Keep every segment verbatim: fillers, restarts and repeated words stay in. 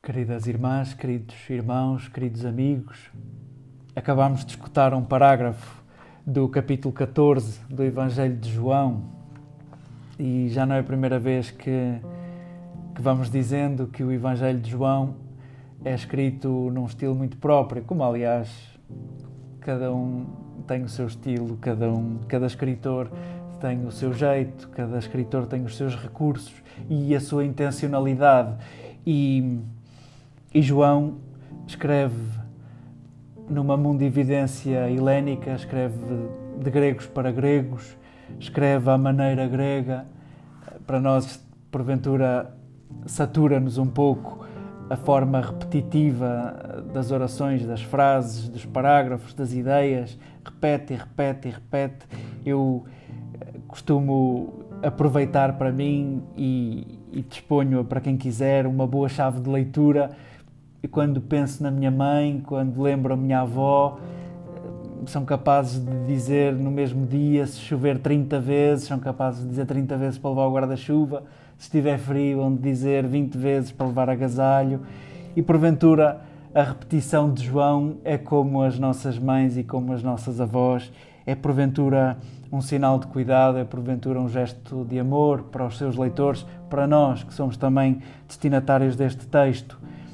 Queridas irmãs, queridos irmãos, queridos amigos, acabámos de escutar um parágrafo do capítulo catorze do Evangelho de João e já não é a primeira vez que, que vamos dizendo que o Evangelho de João é escrito num estilo muito próprio, como aliás cada um tem o seu estilo, cada, um, cada escritor tem o seu jeito, cada escritor tem os seus recursos e a sua intencionalidade. E, e João escreve numa mundividência helénica, escreve de gregos para gregos, escreve à maneira grega. Para nós, porventura, satura-nos um pouco a forma repetitiva das orações, das frases, dos parágrafos, das ideias, repete e repete e repete. Eu costumo aproveitar para mim e, e disponho para quem quiser uma boa chave de leitura. E quando penso na minha mãe, quando lembro a minha avó, são capazes de dizer no mesmo dia, se chover trinta vezes, são capazes de dizer trinta vezes para levar o guarda-chuva, se estiver frio, vão dizer vinte vezes para levar agasalho. E porventura a repetição de João é como as nossas mães e como as nossas avós, é porventura um sinal de cuidado, é porventura um gesto de amor para os seus leitores, para nós que somos também destinatários deste texto.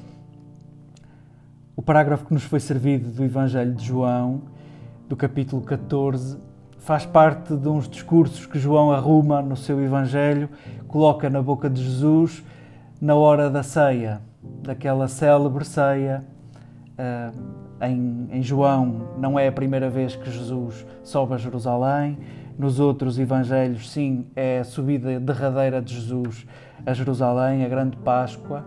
O parágrafo que nos foi servido do Evangelho de João, do capítulo catorze, faz parte de uns discursos que João arruma no seu Evangelho, coloca na boca de Jesus na hora da ceia, daquela célebre ceia. Uh, em, em João não é a primeira vez que Jesus sobe a Jerusalém, nos outros Evangelhos sim, é a subida derradeira de Jesus a Jerusalém, a grande Páscoa.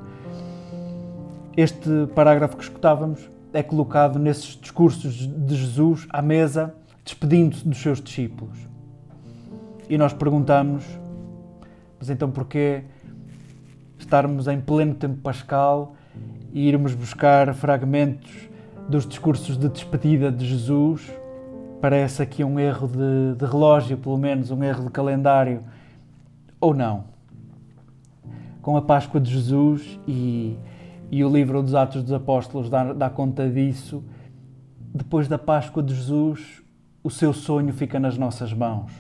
Este parágrafo que escutávamos é colocado nesses discursos de Jesus à mesa, despedindo-se dos seus discípulos. E nós perguntamos, mas então porquê estarmos em pleno tempo pascal e irmos buscar fragmentos dos discursos de despedida de Jesus? Parece aqui um erro de, de relógio, pelo menos um erro de calendário, ou não? Com a Páscoa de Jesus e E o livro dos Atos dos Apóstolos dá, dá conta disso. Depois da Páscoa de Jesus, o seu sonho fica nas nossas mãos.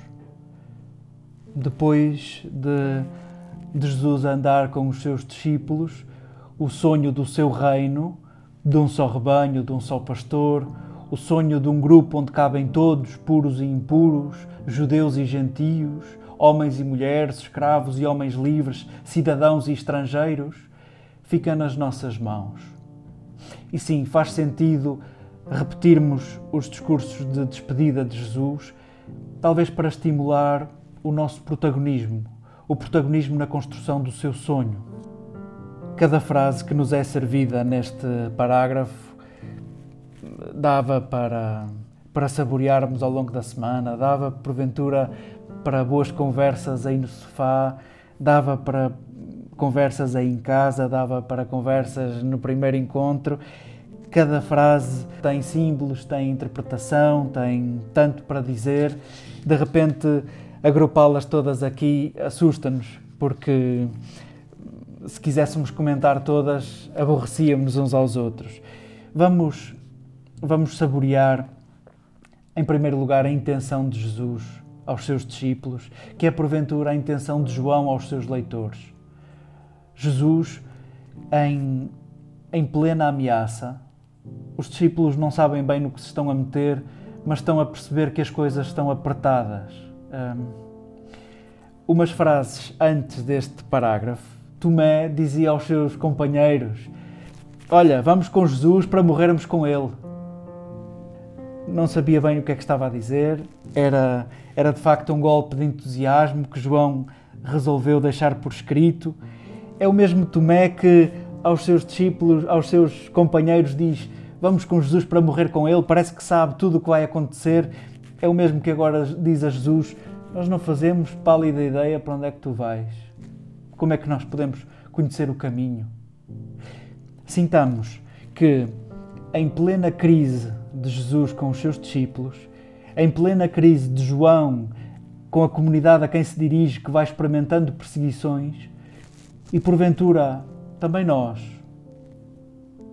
Depois de, de Jesus andar com os seus discípulos, o sonho do seu reino, de um só rebanho, de um só pastor, o sonho de um grupo onde cabem todos, puros e impuros, judeus e gentios, homens e mulheres, escravos e homens livres, cidadãos e estrangeiros, fica nas nossas mãos. E sim, faz sentido repetirmos os discursos de despedida de Jesus, talvez para estimular o nosso protagonismo, o protagonismo na construção do seu sonho. Cada frase que nos é servida neste parágrafo dava para, para saborearmos ao longo da semana, dava, porventura, para boas conversas aí no sofá, dava para conversas aí em casa, dava para conversas no primeiro encontro. Cada frase tem símbolos, tem interpretação, tem tanto para dizer. De repente, agrupá-las todas aqui assusta-nos, porque se quiséssemos comentar todas, aborrecíamos uns aos outros. Vamos, vamos saborear, em primeiro lugar, a intenção de Jesus aos seus discípulos, que é porventura a intenção de João aos seus leitores. Jesus, em, em plena ameaça, os discípulos não sabem bem no que se estão a meter, mas estão a perceber que as coisas estão apertadas. Um, umas frases antes deste parágrafo, Tomé dizia aos seus companheiros: olha, vamos com Jesus para morrermos com ele. Não sabia bem o que é que estava a dizer, era, era de facto um golpe de entusiasmo que João resolveu deixar por escrito. É o mesmo Tomé que aos seus discípulos, aos seus companheiros diz: vamos com Jesus para morrer com ele, parece que sabe tudo o que vai acontecer. É o mesmo que agora diz a Jesus: nós não fazemos pálida ideia para onde é que tu vais. Como é que nós podemos conhecer o caminho? Sintamos que em plena crise de Jesus com os seus discípulos, em plena crise de João com a comunidade a quem se dirige, que vai experimentando perseguições, e porventura também nós,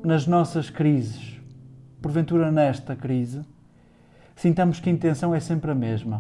nas nossas crises, porventura nesta crise, sintamos que a intenção é sempre a mesma.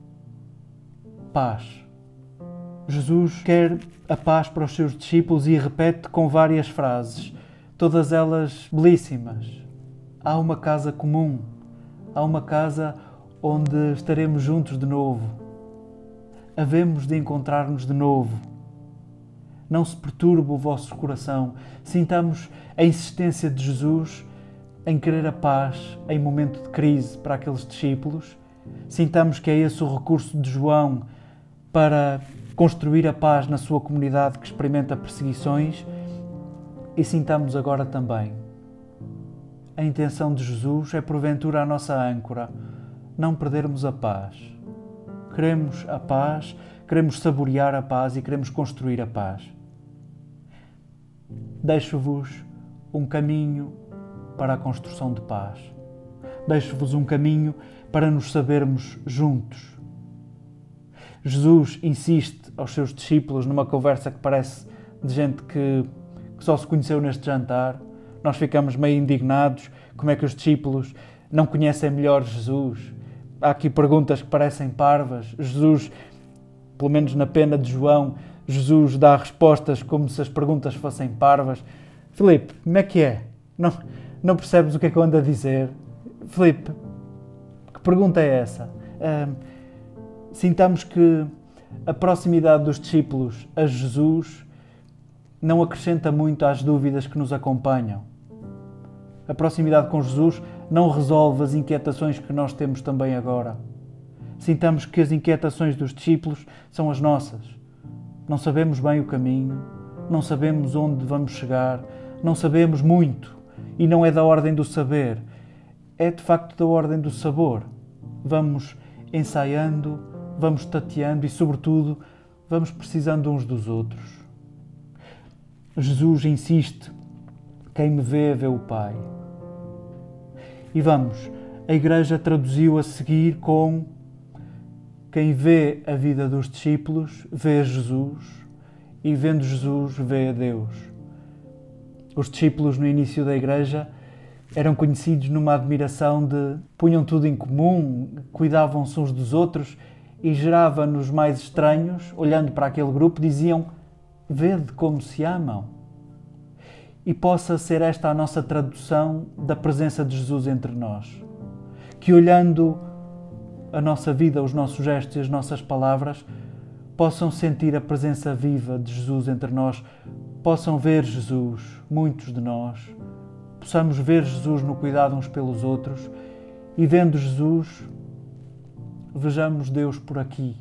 Paz. Jesus quer a paz para os seus discípulos e repete com várias frases, todas elas belíssimas. Há uma casa comum, há uma casa onde estaremos juntos de novo. Havemos de encontrar-nos de novo. Não se perturbe o vosso coração. Sintamos a insistência de Jesus em querer a paz em momento de crise para aqueles discípulos. Sintamos que é esse o recurso de João para construir a paz na sua comunidade que experimenta perseguições, e sintamos agora também. A intenção de Jesus é porventura a nossa âncora, não perdermos a paz. Queremos a paz, queremos saborear a paz e queremos construir a paz. Deixo-vos um caminho para a construção de paz. Deixo-vos um caminho para nos sabermos juntos. Jesus insiste aos seus discípulos numa conversa que parece de gente que, que só se conheceu neste jantar. Nós ficamos meio indignados. Como é que os discípulos não conhecem melhor Jesus? Há aqui perguntas que parecem parvas. Jesus, pelo menos na pena de João, Jesus dá respostas como se as perguntas fossem parvas. Filipe, como é que é? Não, não percebes o que é que eu ando a dizer? Filipe, que pergunta é essa? Uh, sintamos que a proximidade dos discípulos a Jesus não acrescenta muito às dúvidas que nos acompanham. A proximidade com Jesus não resolve as inquietações que nós temos também agora. Sintamos que as inquietações dos discípulos são as nossas. Não sabemos bem o caminho, não sabemos onde vamos chegar, não sabemos muito. E não é da ordem do saber, é de facto da ordem do sabor. Vamos ensaiando, vamos tateando e, sobretudo, vamos precisando uns dos outros. Jesus insiste, quem me vê, vê o Pai. E vamos, a Igreja traduziu a seguir com quem vê a vida dos discípulos, vê Jesus, e vendo Jesus, vê a Deus. Os discípulos no início da Igreja eram conhecidos numa admiração de punham tudo em comum, cuidavam-se uns dos outros e gerava nos mais estranhos, olhando para aquele grupo, diziam: vede como se amam. E possa ser esta a nossa tradução da presença de Jesus entre nós. Que olhando a nossa vida, os nossos gestos e as nossas palavras, possam sentir a presença viva de Jesus entre nós, possam ver Jesus, muitos de nós, possamos ver Jesus no cuidado uns pelos outros e, vendo Jesus, vejamos Deus por aqui.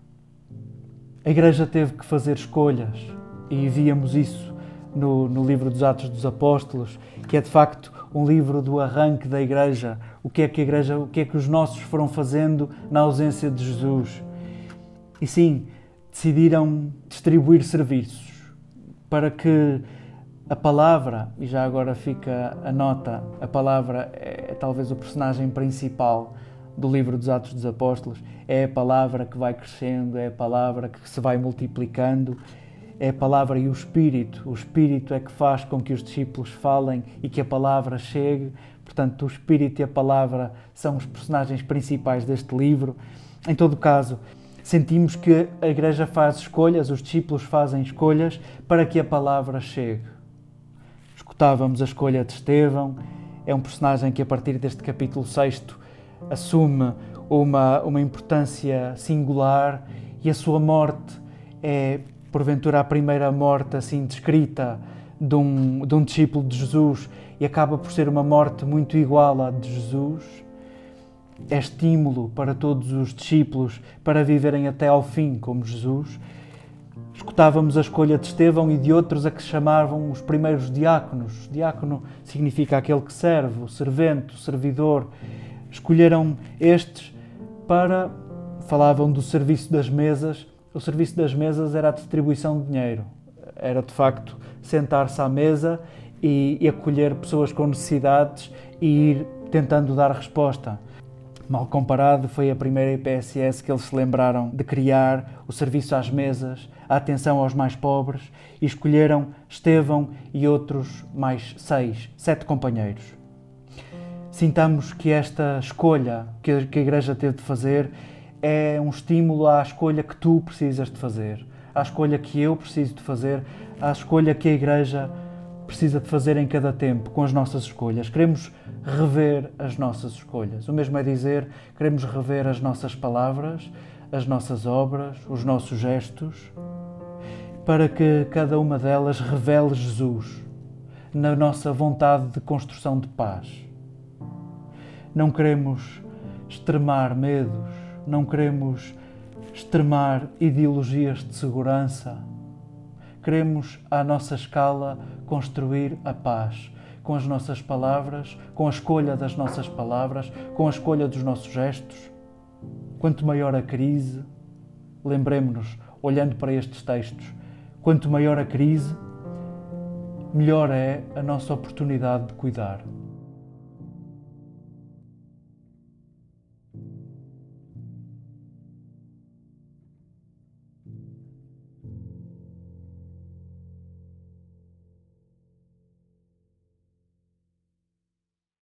A Igreja teve que fazer escolhas e víamos isso no, no livro dos Atos dos Apóstolos, que é de facto um livro do arranque da Igreja. O que é que a Igreja, o que é que os nossos foram fazendo na ausência de Jesus? E sim, decidiram distribuir serviços para que a palavra, e já agora fica a nota, a palavra é, é talvez o personagem principal do livro dos Atos dos Apóstolos, é a palavra que vai crescendo, é a palavra que se vai multiplicando, é a palavra e o Espírito. O Espírito é que faz com que os discípulos falem e que a palavra chegue. Portanto, o Espírito e a palavra são os personagens principais deste livro. Em todo caso, sentimos que a Igreja faz escolhas, os discípulos fazem escolhas para que a palavra chegue. Escutávamos a escolha de Estevão, é um personagem que a partir deste capítulo sexto assume uma, uma importância singular e a sua morte é, porventura, a primeira morte assim descrita de um, de um discípulo de Jesus e acaba por ser uma morte muito igual à de Jesus. É estímulo para todos os discípulos para viverem até ao fim como Jesus. Escutávamos a escolha de Estevão e de outros a que se chamavam os primeiros diáconos. Diácono significa aquele que serve, o servente, o servidor. Escolheram estes para... Falavam do serviço das mesas. O serviço das mesas era a distribuição de dinheiro. Era, de facto, sentar-se à mesa e, e acolher pessoas com necessidades e ir tentando dar resposta. Mal comparado, foi a primeira I P S S que eles se lembraram de criar, o serviço às mesas, a atenção aos mais pobres, e escolheram Estevão e outros mais seis, sete companheiros. Sintamos que esta escolha que a Igreja teve de fazer é um estímulo à escolha que tu precisas de fazer, à escolha que eu preciso de fazer, à escolha que a Igreja precisa de fazer em cada tempo com as nossas escolhas. Queremos rever as nossas escolhas. O mesmo é dizer, queremos rever as nossas palavras, as nossas obras, os nossos gestos, para que cada uma delas revele Jesus na nossa vontade de construção de paz. Não queremos extremar medos, não queremos extremar ideologias de segurança. Queremos, à nossa escala, construir a paz, com as nossas palavras, com a escolha das nossas palavras, com a escolha dos nossos gestos. Quanto maior a crise, lembremos-nos, olhando para estes textos, quanto maior a crise, melhor é a nossa oportunidade de cuidar.